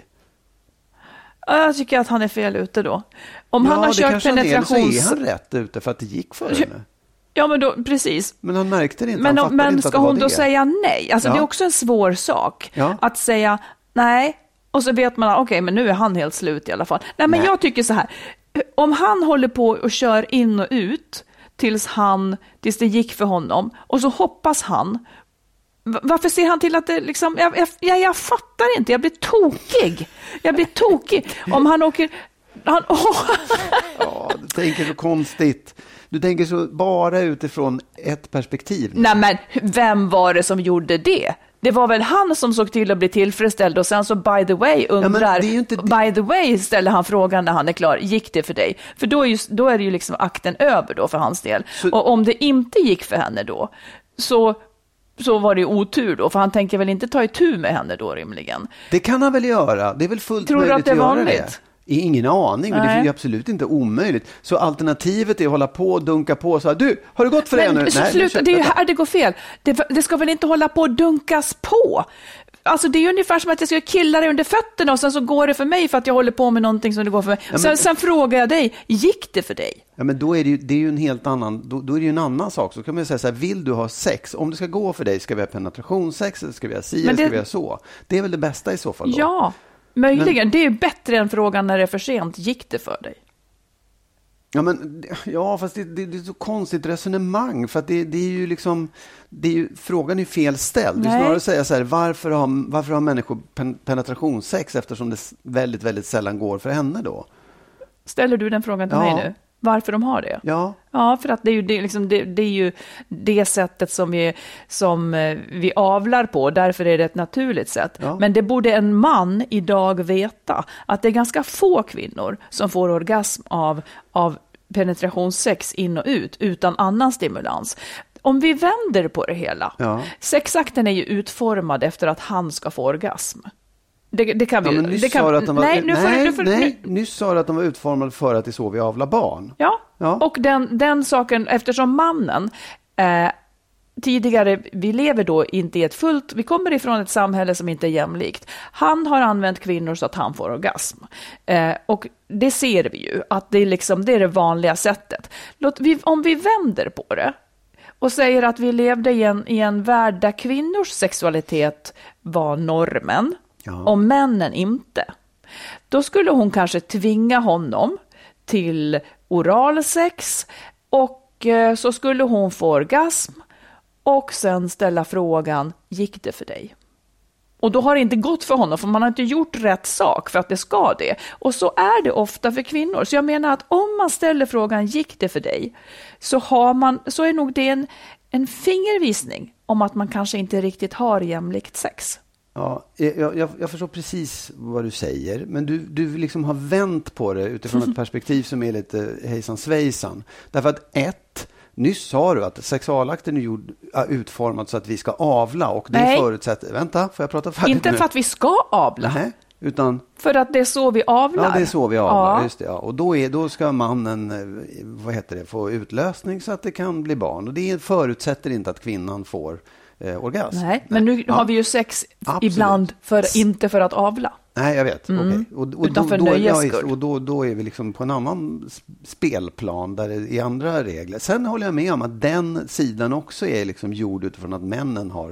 Jag tycker att han är fel ute då. Om ja, han har kört penetrations...
så är han rätt ute för att det gick för henne.
Ja, men då, precis.
Men han märkte det inte.
Men,
han
men
inte
ska hon
det.
då säga nej? Alltså ja. Det är också en svår sak. Ja. Att säga nej. Och så vet man, okej, okay, men nu är han helt slut i alla fall. Nej, men nej. Jag tycker så här. Om han håller på och kör in och ut tills, han, tills det gick för honom. Och så hoppas han. Varför ser han till att det liksom... Jag, jag, jag, jag fattar inte. Jag blir tokig. Jag blir tokig. Om han åker... Han, oh.
Ja, du tänker så konstigt. Du tänker så bara utifrån ett perspektiv.
Nej, men vem var det som gjorde det? Det var väl han som såg till att bli tillfredsställd och sen så by the way undrar, ja, det är ju inte... by the way ställer han frågan när han är klar, gick det för dig? För då är, just, då är det ju liksom akten över då för hans del. Så... Och om det inte gick för henne då, så, så var det ju otur då, för han tänker väl inte ta itu med henne då rimligen.
Det kan han väl göra, det är väl fullt
Tror
möjligt
att, det är
att göra
vanligt?
Det. Ingen aning, men Nej. det är ju absolut inte omöjligt. Så alternativet är att hålla på och dunka på och säga, du, har du gått för
men,
det nu?
Så
Nej,
sluta, det är ju här det går fel. Det, det ska väl inte hålla på och dunkas på? Alltså det är ju ungefär som att jag ska killa dig under fötterna och sen så går det för mig för att jag håller på med någonting som det går för mig. Ja, men, sen, sen frågar jag dig, gick det för dig?
Ja, men då är det ju, det är ju en helt annan, då, då är det ju en annan sak. Så kan man säga så här, vill du ha sex? Om det ska gå för dig, ska vi ha penetrationssex, eller ska vi ha si, eller ska vi ha så? Det är väl det bästa i så fall då?
Ja, möjligen. Men, det är bättre än frågan när det är för sent, gick det för dig?
Ja, men, ja fast det, det, det är så konstigt resonemang, för att det, det är ju liksom, det är ju, frågan är fel ställd. Du snarare säga så här, varför har, varför har människor pen, penetrationssex eftersom det väldigt, väldigt sällan går för henne då?
Ställer du den frågan till
ja.
mig nu? Varför de har det?
Ja.
Ja, för att det är ju det, liksom, det, det, är ju det sättet som vi, som vi avlar på. Därför är det ett naturligt sätt. Ja. Men det borde en man idag veta. Att det är ganska få kvinnor som får orgasm av, av penetrationssex in och ut utan annan stimulans. Om vi vänder på det hela. Ja. Sexakten är ju utformad efter att han ska få orgasm. Det, det kan vi
ja, nyss
det kan,
sa att de var,
nej, nu får
nej,
du, får,
nej, nyss sa du att de var utformade för att det är så vi avlar barn.
Ja, ja. Och den, den saken, eftersom mannen eh, tidigare, vi lever då inte i ett fullt, vi kommer ifrån ett samhälle som inte är jämlikt. Han har använt kvinnor så att han får orgasm. Eh, och det ser vi ju, att det är, liksom, det är det vanliga sättet. Låt, vi, om vi vänder på det och säger att vi levde i en, i en värld där kvinnors sexualitet var normen, ja. Och männen inte. Då skulle hon kanske tvinga honom till oralsex och eh, så skulle hon få orgasm och sen ställa frågan, gick det för dig? Och då har det inte gått för honom, för man har inte gjort rätt sak för att det ska det. Och så är det ofta för kvinnor. Så jag menar att om man ställer frågan, gick det för dig? Så, har man, så är nog det en, en fingervisning om att man kanske inte riktigt har jämlikt sex.
Ja, jag, jag, jag förstår precis vad du säger, men du, du liksom har vänt på det utifrån ett perspektiv som är lite hejsan svejsan. Därför att ett, nyss sa du att sexualakten är gjord, utformad så att vi ska avla och det Nej. förutsätter, vänta, får jag prata färdigt
Inte
nu?
För att vi ska avla.
Nej, utan...
För att det är så vi avlar.
Ja, det är så vi avlar,
ja.
just det. Ja. Och då, är, då ska mannen, vad heter det, få utlösning så att det kan bli barn. Och det förutsätter inte att kvinnan får Eh, orgasm.
Nej, men nu ja. har vi ju sex Absolut. ibland för, inte för att avla.
Nej, jag vet. Mm. Okay. Och, och,
Utan för
då,
nöjes
ja,
skull.
Och då, då är vi liksom på en annan spelplan där det är andra regler. Sen håller jag med om att den sidan också är liksom gjord utifrån att männen har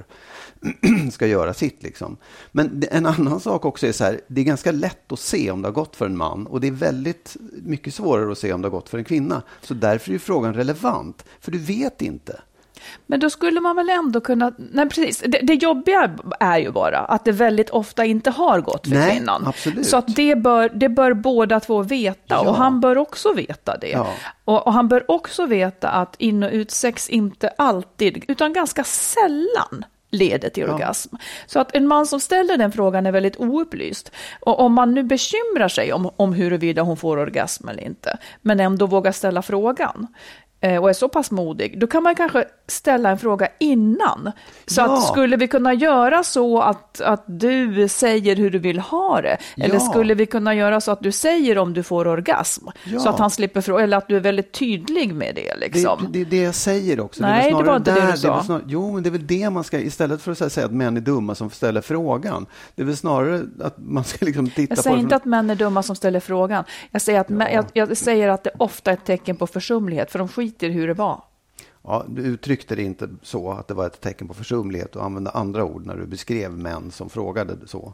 ska göra sitt. Liksom. Men en annan sak också är så här, det är ganska lätt att se om det har gått för en man och det är väldigt mycket svårare att se om det har gått för en kvinna. Så därför är ju frågan relevant, för du vet inte.
Men då skulle man väl ändå kunna... Nej, precis. Det, det jobbiga är ju bara att det väldigt ofta inte har gått för
Nej,
kvinnan.
Absolut.
Så att det bör, det bör båda två veta. Ja. Och han bör också veta det. Ja. Och, och han bör också veta att in- och utsex inte alltid, utan ganska sällan leder till ja. orgasm. Så att en man som ställer den frågan är väldigt oupplyst. Och om man nu bekymrar sig om, om huruvida hon får orgasm eller inte, men ändå vågar ställa frågan och är så pass modig, då kan man kanske ställa en fråga innan. Så ja. att skulle vi kunna göra så att, att du säger hur du vill ha det? Ja. Eller skulle vi kunna göra så att du säger om du får orgasm? Ja. Så att han slipper fråga, eller att du är väldigt tydlig med det. Liksom.
Det, det är det jag säger också.
Nej, det, det var inte där, det du sa.
Det snar, jo, men det är väl det man ska, istället för att säga att män är dumma som ställer frågan. Det är väl snarare att man ska liksom titta
jag
på...
Jag säger inte att män är dumma som ställer frågan. Jag säger att, ja. jag, jag säger att det ofta är ett tecken på försumlighet, för de skiter hur det var.
Ja, du uttryckte det inte så att det var ett tecken på försumlighet och använde andra ord när du beskrev män som frågade så.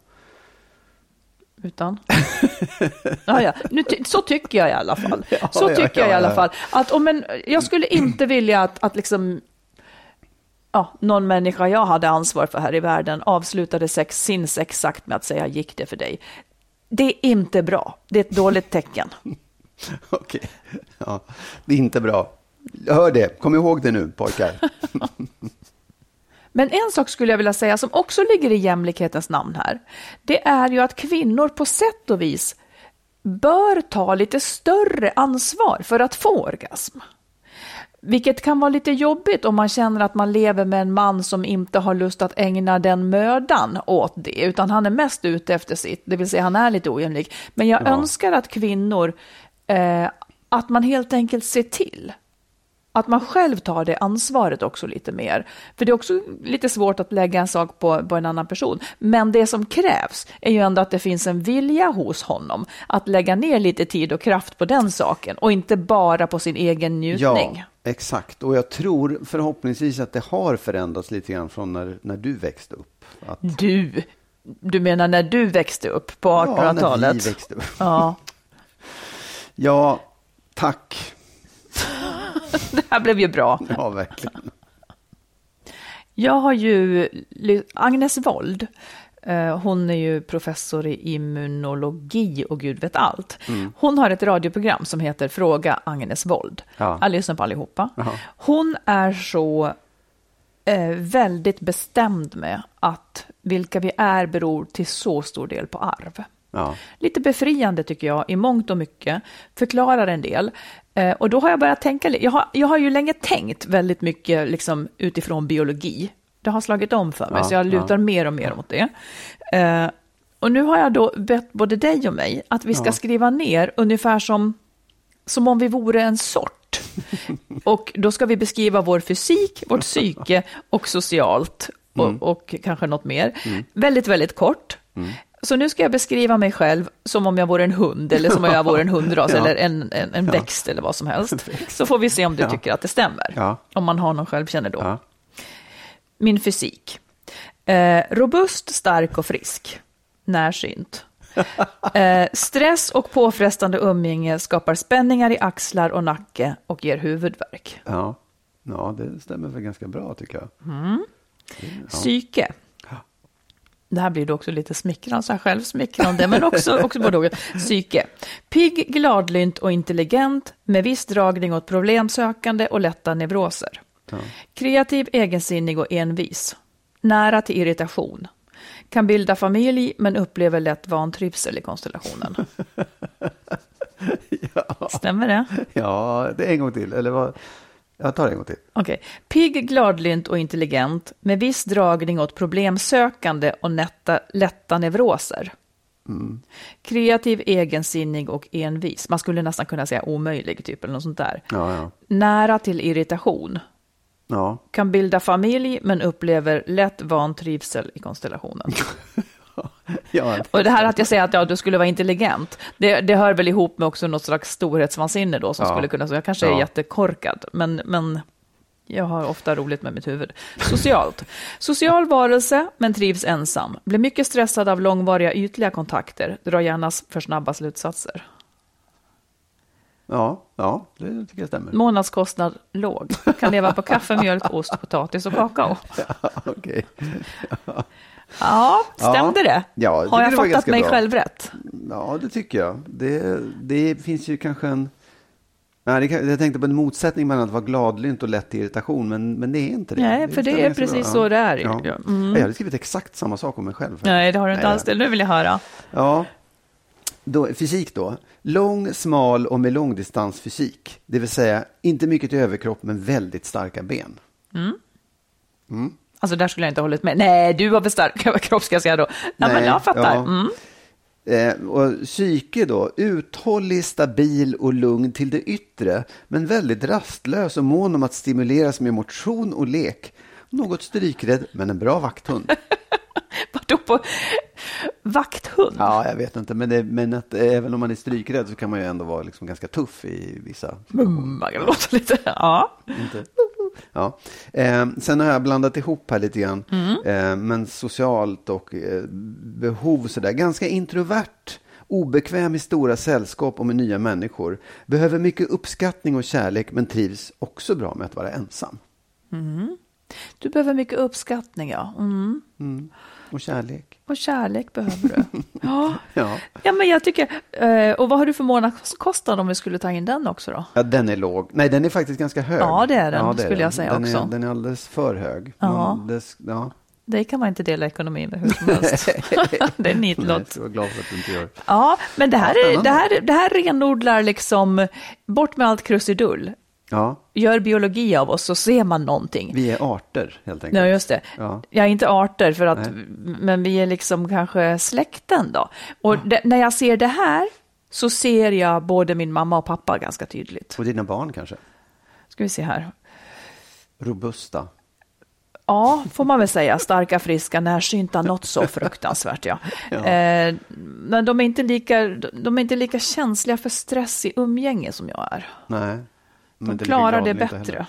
Utan? ja, ja. Nu ty- så tycker jag i alla fall.
Ja,
så tycker
ja, ja,
jag i alla
ja.
fall. Att om en, jag skulle inte vilja att, att liksom, ja, någon människa jag hade ansvar för här i världen avslutade sex, sin sexakt med att säga, gick det för dig? Det är inte bra. Det är ett dåligt tecken.
Okej, ja, det är inte bra. Jag hör det. Kom ihåg det nu, pojkar.
Men en sak skulle jag vilja säga som också ligger i jämlikhetens namn här. Det är ju att kvinnor på sätt och vis bör ta lite större ansvar för att få orgasm. Vilket kan vara lite jobbigt om man känner att man lever med en man som inte har lust att ägna den mödan åt det. Utan han är mest ute efter sitt, det vill säga han är lite ojämlik. Men jag ja. önskar att kvinnor, eh, att man helt enkelt ser till. Att man själv tar det ansvaret också lite mer. För det är också lite svårt att lägga en sak på, på en annan person. Men det som krävs är ju ändå att det finns en vilja hos honom att lägga ner lite tid och kraft på den saken. Och inte bara på sin egen njutning.
Ja, exakt. Och jag tror förhoppningsvis att det har förändrats lite grann från när, när du växte upp. Att...
Du? Du menar när du växte upp på artonhundratalet?
Ja, när vi växte upp.
Ja,
ja tack.
Det här blev ju bra.
Ja, verkligen.
Jag har ju Agnes Wold. Hon är ju professor i immunologi och gud vet allt. Mm. Hon har ett radioprogram som heter Fråga Agnes Wold. Ja. Jag lyssnar på allihopa. Aha. Hon är så eh, väldigt bestämd med att vilka vi är beror till så stor del på arv. Ja. Lite befriande tycker jag i mångt och mycket, förklarar en del. Eh, och då har jag börjat tänka, jag har, jag har ju länge tänkt väldigt mycket liksom, utifrån biologi. Det har slagit om för mig, ja, så jag lutar ja. mer och mer mot det. Eh, och nu har jag då bett både dig och mig att vi ska ja. skriva ner ungefär som, som om vi vore en sort. Och då ska vi beskriva vår fysik, vårt psyke och socialt och, mm. och kanske något mer. Mm. Väldigt, väldigt kort. Mm. Så nu ska jag beskriva mig själv som om jag vore en hund eller som om jag vore en hundras ja. eller en, en, en ja. växt eller vad som helst. Så får vi se om du ja. tycker att det stämmer. Ja. Om man har någon självkännedom. Ja. Min fysik. Eh, robust, stark och frisk. Närsynt. Eh, stress och påfrestande umgänge skapar spänningar i axlar och nacke och ger huvudvärk.
Ja, ja det stämmer väl ganska bra tycker jag.
Mm. Ja. Psyke. Det här blir då också lite smickrande, så här självsmickrande, men också, också både psyke. Pigg, gladlynt och intelligent med viss dragning åt problemsökande och lätta neuroser. Ja. Kreativ, egensinnig och envis. Nära till irritation. Kan bilda familj men upplever lätt vantrivsel i konstellationen.
Ja.
Stämmer det?
Ja, det är en gång till. Eller vad? Jag tar en gång till.
Okej. Okay. Pigg, gladlynt och intelligent med viss dragning åt problemsökande och nätta, lätta neuroser. Mm. Kreativ, egensinnig och envis. Man skulle nästan kunna säga omöjlig typ eller något sånt där. Ja, ja. Nära till irritation. Ja. Kan bilda familj men upplever lätt vantrivsel i konstellationen. Ja. Och det här att jag säger att ja, du skulle vara intelligent, det, det hör väl ihop med också något slags storhetsvansinne då som ja. skulle kunna, så jag kanske är ja. jättekorkad, men, men jag har ofta roligt med mitt huvud. Socialt. Social varelse men trivs ensam. Blir mycket stressad av långvariga ytliga kontakter. Drar gärna för snabba slutsatser.
Ja, ja, det tycker jag stämmer.
Månadskostnad låg. Kan leva på kaffe, mjölk, ost, potatis och kakao.
Ja, okej. Ja.
Ja, stämde
ja.
det?
Ja,
har jag fattat mig
bra.
själv rätt?
Ja, det tycker jag. Det, det finns ju kanske en... Nej, det, jag tänkte på en motsättning mellan att vara gladlynt och lätt irritation, men, men det är inte det.
Nej,
det
för det är precis bra. så det är.
Ja. Ja. Mm. Jag hade skrivit exakt samma sak om mig själv.
Nej, det har du inte Nej, alls. Det. Nu vill jag höra.
Ja, då, fysik då. Lång, smal och med långdistansfysik. Det vill säga inte mycket till överkropp, men väldigt starka ben.
Mm. Mm. Alltså där skulle jag inte ha hållit med. Nej, du har för stark överkropp ska jag säga då. Ja, Nej, men jag fattar. Ja. Mm.
Eh, och psyke då, uthållig, stabil och lugn till det yttre, men väldigt rastlös och mån om att stimuleras med motion och lek. Något strykrädd, men en bra vakthund.
Vadå på vakthund?
Ja, jag vet inte, men, det, men att, även om man är strykrädd så kan man ju ändå vara liksom ganska tuff i vissa
situationer. Man kan låta lite, ja.
Inte. Ja. Eh, sen har jag blandat ihop här lite grann, mm. eh, men socialt och eh, behov sådär, ganska introvert, obekväm i stora sällskap och med nya människor, behöver mycket uppskattning och kärlek men trivs också bra med att vara ensam.
Mm. Du behöver mycket uppskattning, ja. Mm.
Mm. Och kärlek.
Och kärlek behöver du. Ja.
ja.
ja, men jag tycker... Och vad har du för månadskostnad om vi skulle ta in den också då?
Ja, den är låg. Nej, den är faktiskt ganska hög.
Ja, det är den,
ja, det är
skulle
den.
jag säga
den
också.
Är, den är alldeles för hög.
Ja.
Men det, ja.
Det kan man inte dela ekonomin med hur som helst. Det är nitlott.
Nej, jag är glad för att du inte gör.
Ja, men det här, är, det här, det här renodlar liksom bort med allt krusidull.
Ja.
Gör biologi av oss så ser man någonting.
Vi är arter helt enkelt.
Ja, just det.
Ja.
Jag är inte arter för att, men vi är liksom kanske släkten då. Och det, när jag ser det här så ser jag både min mamma och pappa ganska tydligt.
Och dina barn kanske?
Ska vi se här.
Robusta.
Ja, får man väl säga. Starka, friska, närsynta, något så fruktansvärt, ja. ja. Eh, men de är, inte lika, de är inte lika känsliga för stress i umgänge som jag är.
Nej.
Men de klarar det bättre.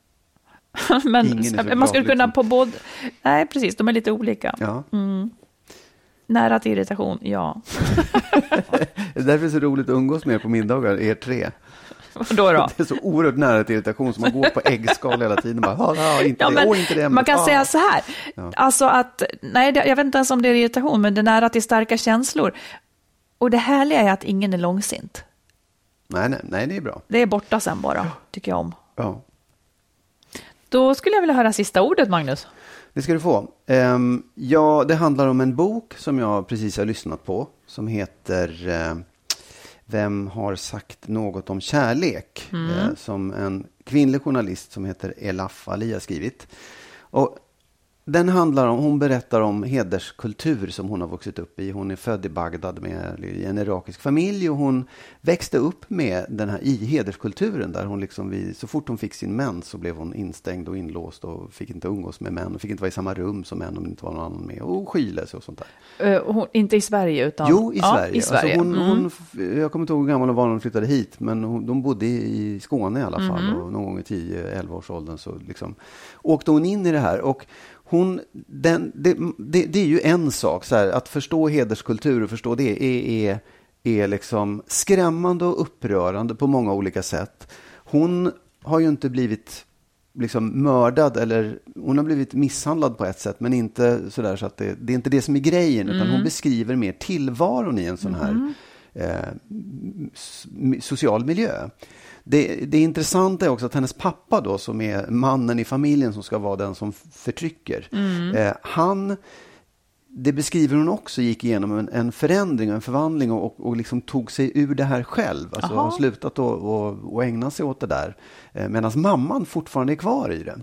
Men man skulle kunna liksom. På både... Nej, precis. De är lite olika.
Ja.
Mm. Nära till irritation, ja.
Det är därför är så roligt att umgås med er på middagar, er tre.
Då då?
Det är så oerhört nära till irritation som man går på äggskal hela tiden. Bara, ah, ah, inte ja, det, oh, inte det,
man kan
ah.
säga så här. Ja. Alltså att, nej, jag vet inte ens om det är irritation, men det är nära till starka känslor. Och det härliga är att ingen är långsint.
Nej, nej, nej, det är bra.
Det är borta sen bara, tycker jag om.
Ja.
Då skulle jag vilja höra sista ordet, Magnus.
Det ska du få. Um, ja, det handlar om en bok som jag precis har lyssnat på. Som heter uh, Vem har sagt något om kärlek? Mm. Uh, som en kvinnlig journalist som heter Elaf Ali har skrivit. Och den handlar om, hon berättar om hederskultur som hon har vuxit upp i. Hon är född i Bagdad med i en irakisk familj och hon växte upp med den här i hederskulturen där hon liksom vid, så fort hon fick sin mens så blev hon instängd och inlåst och fick inte umgås med män och fick inte vara i samma rum som män om det inte var någon annan med och skyle sig och sånt där.
Uh, hon, inte i Sverige utan...
Jo, i
ja,
Sverige.
I Sverige.
Alltså hon,
mm.
hon, jag kommer inte ihåg hur gammal hon var när hon flyttade hit men hon, de bodde i Skåne i alla fall mm. och någon gång i tio elva års åldern så liksom åkte hon in i det här och Hon, den, det, det, det är ju en sak, så här, att förstå hederskultur och förstå det är, är, är liksom skrämmande och upprörande på många olika sätt. Hon har ju inte blivit liksom mördad eller hon har blivit misshandlad på ett sätt men inte så där så att det, det är inte det som är grejen utan mm. hon beskriver mer tillvaron i en sån här mm. eh, social miljö. Det, det intressanta är också att hennes pappa då som är mannen i familjen som ska vara den som förtrycker. Mm. Eh, han, det beskriver hon också, gick igenom en, en förändring och en förvandling och, och, och liksom tog sig ur det här själv. Alltså har slutat att och, och ägna sig åt det där. Eh, medan mamman fortfarande är kvar i det.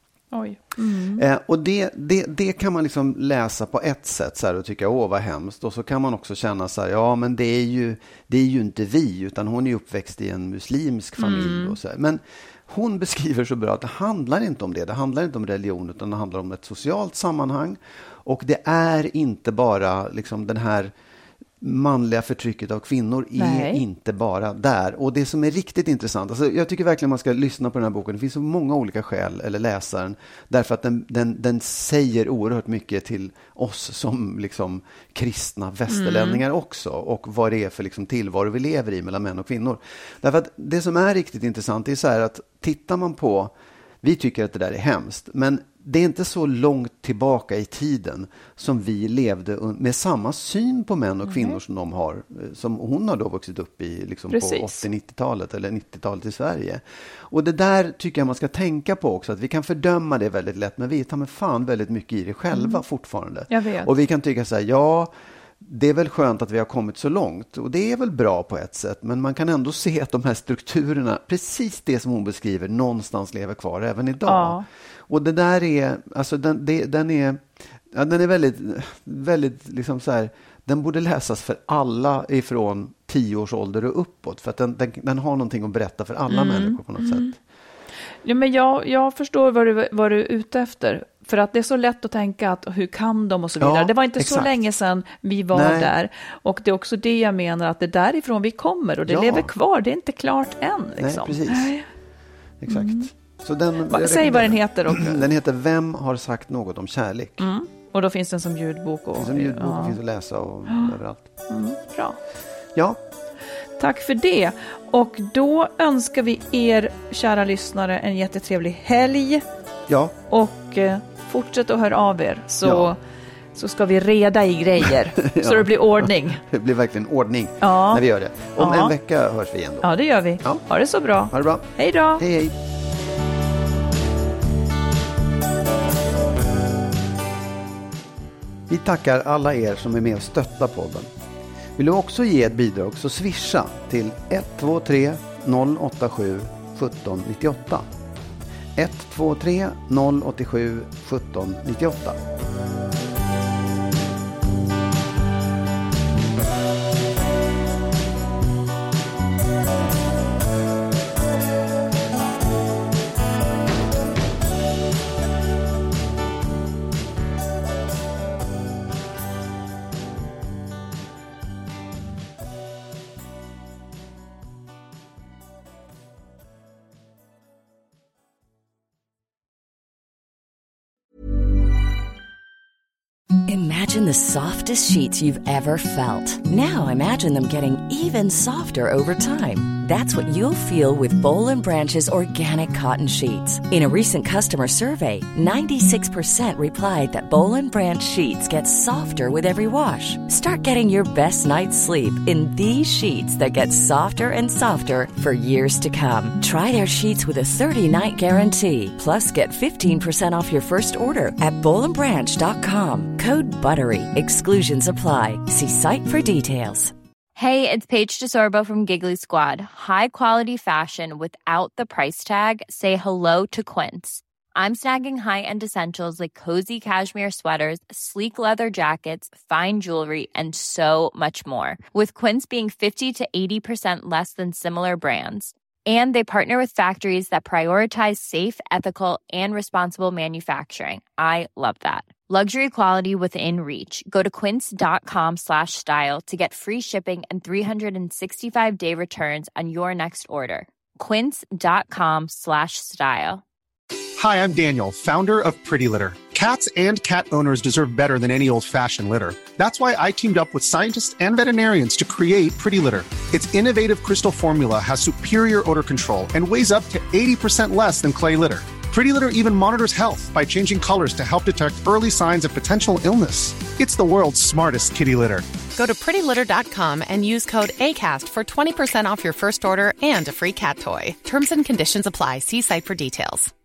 Oj. Mm.
Eh, och det, det, det kan man liksom läsa på ett sätt så här, och tycka åh vad hemskt och så kan man också känna så här, ja men det är ju, det är ju inte vi utan hon är uppväxt i en muslimsk familj mm. och så här. Men hon beskriver så bra att det handlar inte om det, det handlar inte om religion utan det handlar om ett socialt sammanhang och det är inte bara liksom den här manliga förtrycket av kvinnor är Nej. inte bara där. Och det som är riktigt intressant, alltså jag tycker verkligen man ska lyssna på den här boken. Det finns så många olika skäl, eller läsaren, därför att den, den, den säger oerhört mycket till oss som liksom kristna västerlänningar mm. också. Och vad det är för liksom tillvaro vi lever i mellan män och kvinnor. Därför att det som är riktigt intressant är så här att tittar man på, vi tycker att det där är hemskt, men det är inte så långt tillbaka i tiden som vi levde med samma syn på män och kvinnor mm. som de har, som hon har då vuxit upp i liksom på åttio-nittiotalet eller nittiotalet i Sverige. Och det där tycker jag man ska tänka på också, att vi kan fördöma det väldigt lätt, men vi tar med fan väldigt mycket i det själva mm. fortfarande.
Jag vet.
Och vi kan tycka så här, ja, det är väl skönt att vi har kommit så långt och det är väl bra på ett sätt, men man kan ändå se att de här strukturerna, precis det som hon beskriver, någonstans lever kvar även idag. Ja. Och det där är, alltså den, det, den är, ja, den är väldigt, väldigt liksom så här, den borde läsas för alla ifrån tio års ålder och uppåt, för att den, den, den har någonting att berätta för alla mm. människor på något mm. sätt.
Ja, men jag, jag förstår vad du, vad du är ute efter. För att det är så lätt att tänka att hur kan de och så vidare. Ja, det var inte exakt. Så länge sedan vi var Nej. Där. Och det är också det jag menar, att det är därifrån vi kommer. Och det ja. Lever kvar, det är inte klart än. Liksom.
Nej, precis. Nej. Exakt. Mm. Så den,
Va, säg vad den heter. Och...
Den heter Vem har sagt något om kärlek?
Mm. Och då finns den som ljudbok. Och,
det finns som ljudbok
ja.
och finns att läsa och ja. Överallt.
Mm, bra.
Ja.
Tack för det. Och då önskar vi er, kära lyssnare, en jättetrevlig helg.
Ja.
Och eh, fortsätt att höra av er. Så, ja. så ska vi reda i grejer
ja.
så det blir ordning.
Det blir verkligen ordning
ja.
när vi gör det. Om
ja.
en vecka hörs vi igen då.
Ja, det gör vi. Ja. Ha det så bra.
Ha det bra.
Hej då.
Hej, hej. Vi tackar alla er som är med och stöttar podden. Vill du också ge ett bidrag så swisha till ett två tre noll åtta sju ett sju nio åtta. ett två tre noll åtta sju ett sju nio åtta.
Imagine the softest sheets you've ever felt. Now imagine them getting even softer over time. That's what you'll feel with Boll and Branch's organic cotton sheets. In a recent customer survey, ninety-six percent replied that Boll and Branch sheets get softer with every wash. Start getting your best night's sleep in these sheets that get softer and softer for years to come. Try their sheets with a thirty-night guarantee. Plus, get fifteen percent off your first order at boll and branch dot com. Code BUTTERY. Exclusions apply. See site for details.
Hey, it's Paige DeSorbo from Giggly Squad. High quality fashion without the price tag. Say hello to Quince. I'm snagging high-end essentials like cozy cashmere sweaters, sleek leather jackets, fine jewelry, and so much more. With Quince being fifty to eighty percent less than similar brands. And they partner with factories that prioritize safe, ethical, and responsible manufacturing. I love that. Luxury quality within reach. Go to quince.com slash style to get free shipping and three sixty-five day returns on your next order. Quince.com slash style.
Hi, I'm Daniel, founder of Pretty Litter. Cats and cat owners deserve better than any old-fashioned litter. That's why I teamed up with scientists and veterinarians to create Pretty Litter. Its innovative crystal formula has superior odor control and weighs up to eighty percent less than clay litter. Pretty Litter even monitors health by changing colors to help detect early signs of potential illness. It's the world's smartest kitty litter.
Go to pretty litter dot com and use code ACAST for twenty percent off your first order and a free cat toy. Terms and conditions apply. See site for details.